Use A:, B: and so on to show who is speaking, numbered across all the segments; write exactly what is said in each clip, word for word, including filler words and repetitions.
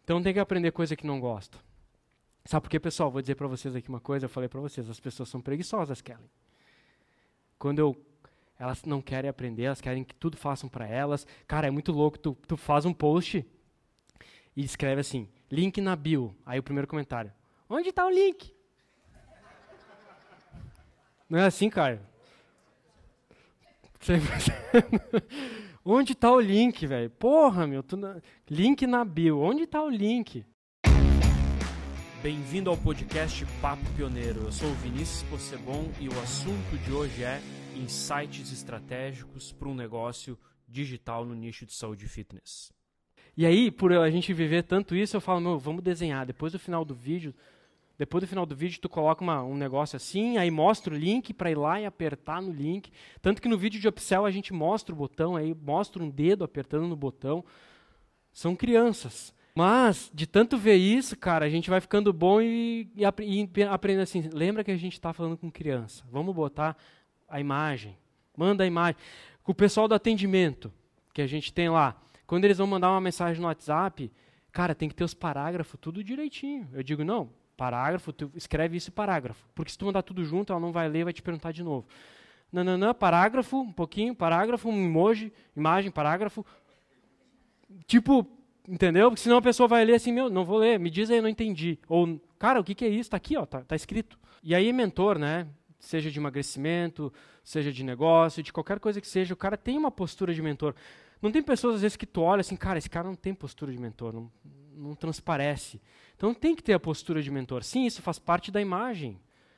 A: Então tem que aprender coisa que não gosta. Sabe por quê, pessoal? Vou dizer para vocês aqui uma coisa, eu falei para vocês, as pessoas são preguiçosas, Kelly. Quando eu, elas não querem aprender, elas querem que tudo façam para elas. Cara, é muito louco, tu, tu faz um post e escreve assim, link na bio. Aí o primeiro comentário, onde está o link? Não é assim, cara? Onde está o link, velho? Porra, meu, tu na... link na bio, onde está o link?
B: Bem-vindo ao podcast Papo Pioneiro. Eu sou o Vinícius Possebon e o assunto de hoje é insights estratégicos para um negócio digital no nicho de saúde e fitness.
A: E aí, por a gente viver tanto isso, eu falo, meu, vamos desenhar. Depois do final do vídeo, depois do final do vídeo, tu coloca uma, um negócio assim, aí mostra o link para ir lá e apertar no link. Tanto que no vídeo de upsell a gente mostra o botão, aí mostra um dedo apertando no botão. São crianças. Mas, de tanto ver isso, cara, a gente vai ficando bom e, e, e aprendendo assim, lembra que a gente está falando com criança, vamos botar a imagem, manda a imagem. Com o pessoal do atendimento, que a gente tem lá, quando eles vão mandar uma mensagem no WhatsApp, cara, tem que ter os parágrafos tudo direitinho. Eu digo, não, parágrafo, tu escreve isso em parágrafo, porque se tu mandar tudo junto, ela não vai ler, vai te perguntar de novo. Não, não, não, parágrafo, um pouquinho, parágrafo, um emoji, imagem, parágrafo, tipo... Entendeu? Porque senão a pessoa vai ler assim, meu, não vou ler, me diz aí, eu não entendi. Ou, cara, o que, que é isso? Está aqui, ó, tá, tá escrito. E aí, mentor, né? Seja de emagrecimento, seja de negócio, de qualquer coisa que seja, o cara tem uma postura de mentor. Não tem pessoas, às vezes, que tu olha assim, cara, esse cara não tem postura de mentor, não, não transparece. Então tem que ter a postura de mentor. Sim, isso faz parte da imagem.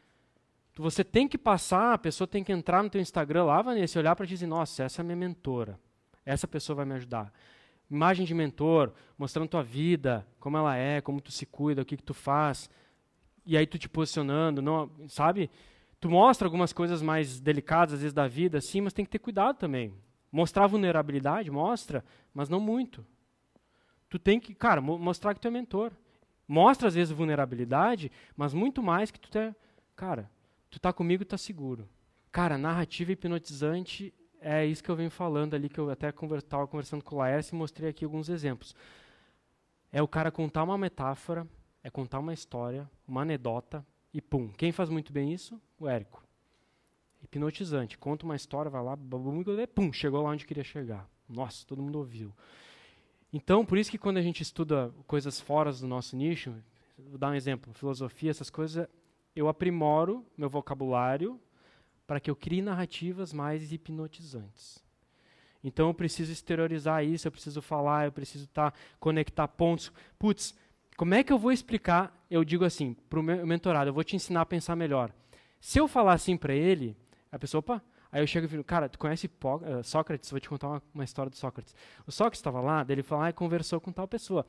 A: Você tem que passar, a pessoa tem que entrar no teu Instagram lá, Vanessa, e olhar para ti e dizer, nossa, essa é a minha mentora. Essa pessoa vai me ajudar. Imagem de mentor, mostrando tua vida, como ela é, como tu se cuida, o que, que tu faz, e aí tu te posicionando, não, sabe? Tu mostra algumas coisas mais delicadas, às vezes, da vida, sim, mas tem que ter cuidado também. Mostrar vulnerabilidade, mostra, mas não muito. Tu tem que, cara, mo mostrar que tu é mentor. Mostra, às vezes, vulnerabilidade, mas muito mais que tu é, cara, tu tá comigo, tá seguro. Cara, narrativa hipnotizante... É isso que eu venho falando ali, que eu até estava conversando com o Laércio e mostrei aqui alguns exemplos. É o cara contar uma metáfora, é contar uma história, uma anedota, e pum. Quem faz muito bem isso? O Érico. Hipnotizante. Conta uma história, vai lá, pum, chegou lá onde queria chegar. Nossa, todo mundo ouviu. Então, por isso que quando a gente estuda coisas fora do nosso nicho, vou dar um exemplo, filosofia, essas coisas, eu aprimoro meu vocabulário, para que eu crie narrativas mais hipnotizantes. Então eu preciso exteriorizar isso, eu preciso falar, eu preciso tá, conectar pontos. Putz, como é que eu vou explicar? Eu digo assim, para o meu mentorado, eu vou te ensinar a pensar melhor. Se eu falar assim para ele, a pessoa, opa, aí eu chego e falo, cara, tu conhece Pó, uh, Sócrates? Vou te contar uma, uma história do Sócrates. O Sócrates estava lá, daí ele falou, ah, e conversou com tal pessoa.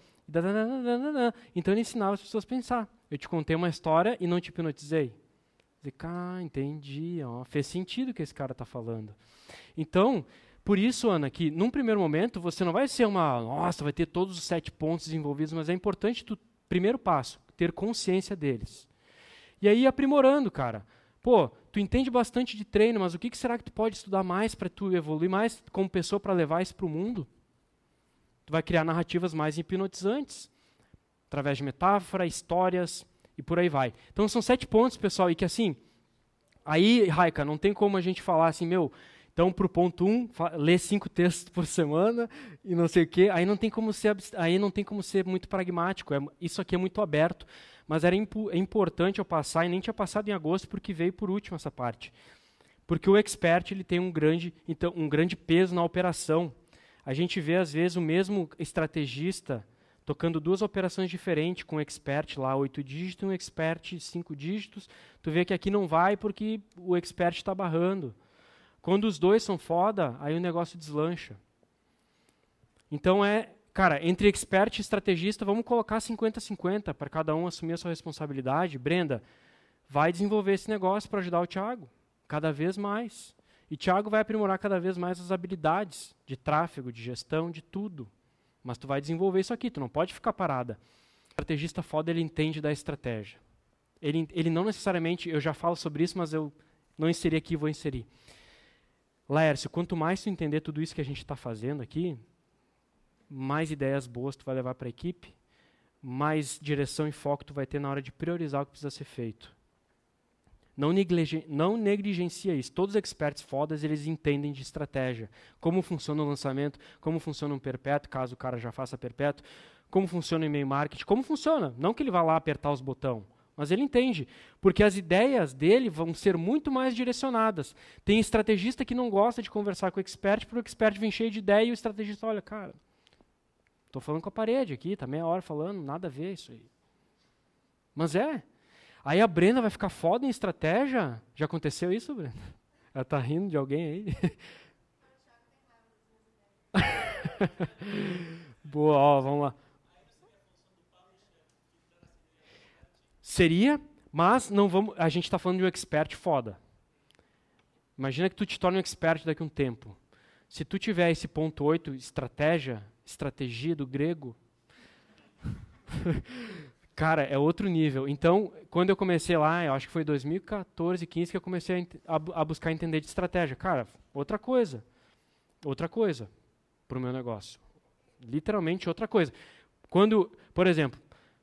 A: Então ele ensinava as pessoas a pensar. Eu te contei uma história e não te hipnotizei. Dizer, ah, entendi, ó, fez sentido o que esse cara está falando. Então, por isso, Ana, que num primeiro momento você não vai ser uma, nossa, vai ter todos os sete pontos desenvolvidos, mas é importante, tu, primeiro passo, ter consciência deles. E aí aprimorando, cara. Pô, tu entende bastante de treino, mas o que, que será que tu pode estudar mais para tu evoluir mais como pessoa para levar isso para o mundo? Tu vai criar narrativas mais hipnotizantes, através de metáfora, histórias, e por aí vai. Então são sete pontos, pessoal, e que assim, aí, Raika, não tem como a gente falar assim, meu, então pro ponto um, ler cinco textos por semana e não sei o quê, aí não tem como ser, aí não tem como ser muito pragmático, é, isso aqui é muito aberto, mas era impo, é importante eu passar, e nem tinha passado em agosto, porque veio por último essa parte. Porque o expert ele tem um grande, então, um grande peso na operação. A gente vê, às vezes, o mesmo estrategista tocando duas operações diferentes, com um expert lá, oito dígitos, e um expert, cinco dígitos. Tu vê que aqui não vai porque o expert está barrando. Quando os dois são foda, aí o negócio deslancha. Então é, cara, entre expert e estrategista, vamos colocar cinquenta a cinquenta para cada um assumir a sua responsabilidade. Brenda, vai desenvolver esse negócio para ajudar o Thiago, cada vez mais. E Thiago vai aprimorar cada vez mais as habilidades de tráfego, de gestão, de tudo. Mas tu vai desenvolver isso aqui, tu não pode ficar parada. O estrategista foda, ele entende da estratégia. Ele, ele não necessariamente, eu já falo sobre isso, mas eu não inseri aqui, vou inserir. Laércio, quanto mais tu entender tudo isso que a gente está fazendo aqui, mais ideias boas tu vai levar para a equipe, mais direção e foco tu vai ter na hora de priorizar o que precisa ser feito. Não, negligen não negligencia isso. Todos os experts fodas, eles entendem de estratégia. Como funciona o lançamento, como funciona um perpétuo, caso o cara já faça perpétuo, como funciona o e-mail marketing, como funciona. Não que ele vá lá apertar os botões, mas ele entende. Porque as ideias dele vão ser muito mais direcionadas. Tem estrategista que não gosta de conversar com o expert, porque o expert vem cheio de ideia e o estrategista, olha, cara, estou falando com a parede aqui, tá meia hora falando, nada a ver isso aí. Mas é. Aí a Brenda vai ficar foda em estratégia? Já aconteceu isso, Brenda? Ela tá rindo de alguém aí? Boa, ó, vamos lá. Seria, mas não vamos, a gente está falando de um expert foda. Imagina que tu te torne um expert daqui a um tempo. Se tu tiver esse ponto oito, estratégia, estratégia do grego, cara, é outro nível. Então, quando eu comecei lá, eu acho que foi dois mil e quatorze, quinze, que eu comecei a, a buscar entender de estratégia. Cara, outra coisa. Outra coisa para o meu negócio. Literalmente outra coisa. Quando, por exemplo,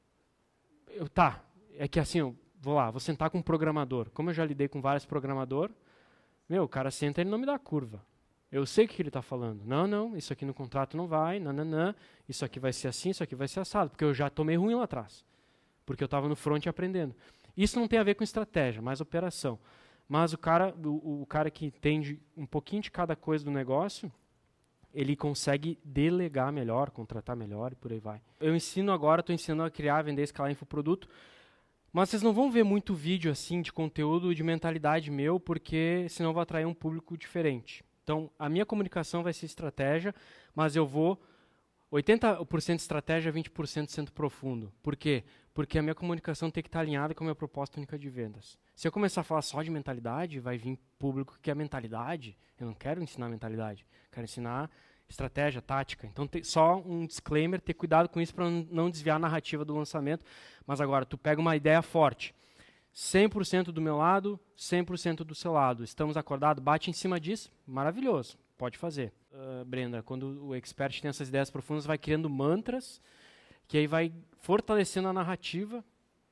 A: eu, tá, é que assim, eu vou lá, vou sentar com um programador. Como eu já lidei com vários programadores, meu, o cara senta e ele não me dá curva. Eu sei o que ele está falando. Não, não, isso aqui no contrato não vai, nananã, isso aqui vai ser assim, isso aqui vai ser assado, porque eu já tomei ruim lá atrás. Porque eu estava no front aprendendo. Isso não tem a ver com estratégia, mais operação. Mas o cara, o, o cara que entende um pouquinho de cada coisa do negócio, ele consegue delegar melhor, contratar melhor e por aí vai. Eu ensino agora, estou ensinando a criar, vender, escalar infoproduto, mas vocês não vão ver muito vídeo assim de conteúdo de mentalidade meu, porque senão vai atrair um público diferente. Então, a minha comunicação vai ser estratégia, mas eu vou oitenta por cento estratégia, vinte por cento sendo profundo. Por quê? Porque a minha comunicação tem que estar alinhada com a minha proposta única de vendas. Se eu começar a falar só de mentalidade, vai vir público que quer mentalidade. Eu não quero ensinar mentalidade, quero ensinar estratégia, tática. Então, tem só um disclaimer, ter cuidado com isso para não desviar a narrativa do lançamento. Mas agora, tu pega uma ideia forte. cem por cento do meu lado, cem por cento do seu lado. Estamos acordados? Bate em cima disso? Maravilhoso. Pode fazer. Uh, Brenda, quando o expert tem essas ideias profundas, vai criando mantras, que aí vai fortalecendo a narrativa.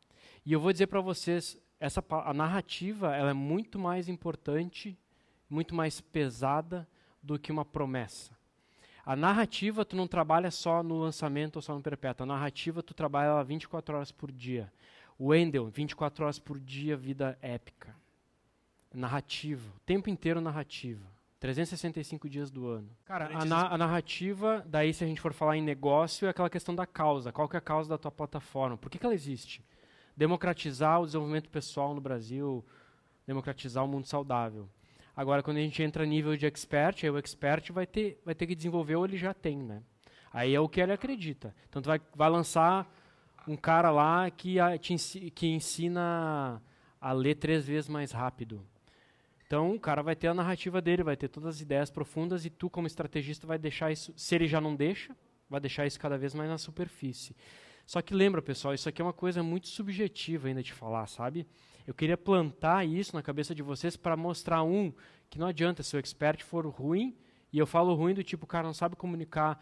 A: E eu vou dizer para vocês, essa, a narrativa ela é muito mais importante, muito mais pesada do que uma promessa. A narrativa, tu não trabalha só no lançamento ou só no perpétuo. A narrativa, tu trabalha ela vinte e quatro horas por dia. O Wendel, vinte e quatro horas por dia, vida épica. Narrativa, o tempo inteiro narrativa. trezentos e sessenta e cinco dias do ano. Cara, a, na, a narrativa, daí se a gente for falar em negócio, é aquela questão da causa. Qual que é a causa da tua plataforma? Por que, que ela existe? Democratizar o desenvolvimento pessoal no Brasil, democratizar o mundo saudável. Agora, quando a gente entra a nível de expert, aí o expert vai ter, vai ter que desenvolver ou ele já tem, né? Aí é o que ele acredita. Então, tu vai, vai lançar um cara lá que, a, te ensi, que ensina a ler três vezes mais rápido. Então, o cara vai ter a narrativa dele, vai ter todas as ideias profundas e tu, como estrategista, vai deixar isso, se ele já não deixa, vai deixar isso cada vez mais na superfície. Só que lembra, pessoal, isso aqui é uma coisa muito subjetiva ainda de falar, sabe? Eu queria plantar isso na cabeça de vocês para mostrar, um, que não adianta se o expert for ruim, e eu falo ruim do tipo, o cara não sabe comunicar,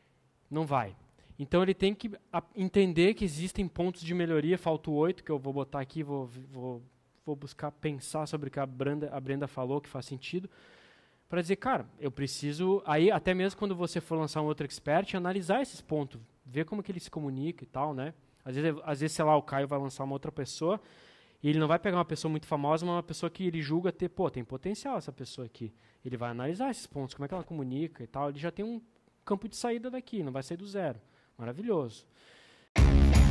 A: não vai. Então, ele tem que entender que existem pontos de melhoria, falta o oito, que eu vou botar aqui, vou... vou vou buscar pensar sobre o que a Brenda, a Brenda falou, que faz sentido, para dizer, cara, eu preciso, aí até mesmo quando você for lançar um outro expert, analisar esses pontos, ver como que ele se comunica e tal, né? Às vezes, às vezes, sei lá, o Caio vai lançar uma outra pessoa, e ele não vai pegar uma pessoa muito famosa, mas uma pessoa que ele julga ter, pô, tem potencial essa pessoa aqui. Ele vai analisar esses pontos, como é que ela comunica e tal, ele já tem um campo de saída daqui, não vai sair do zero. Maravilhoso.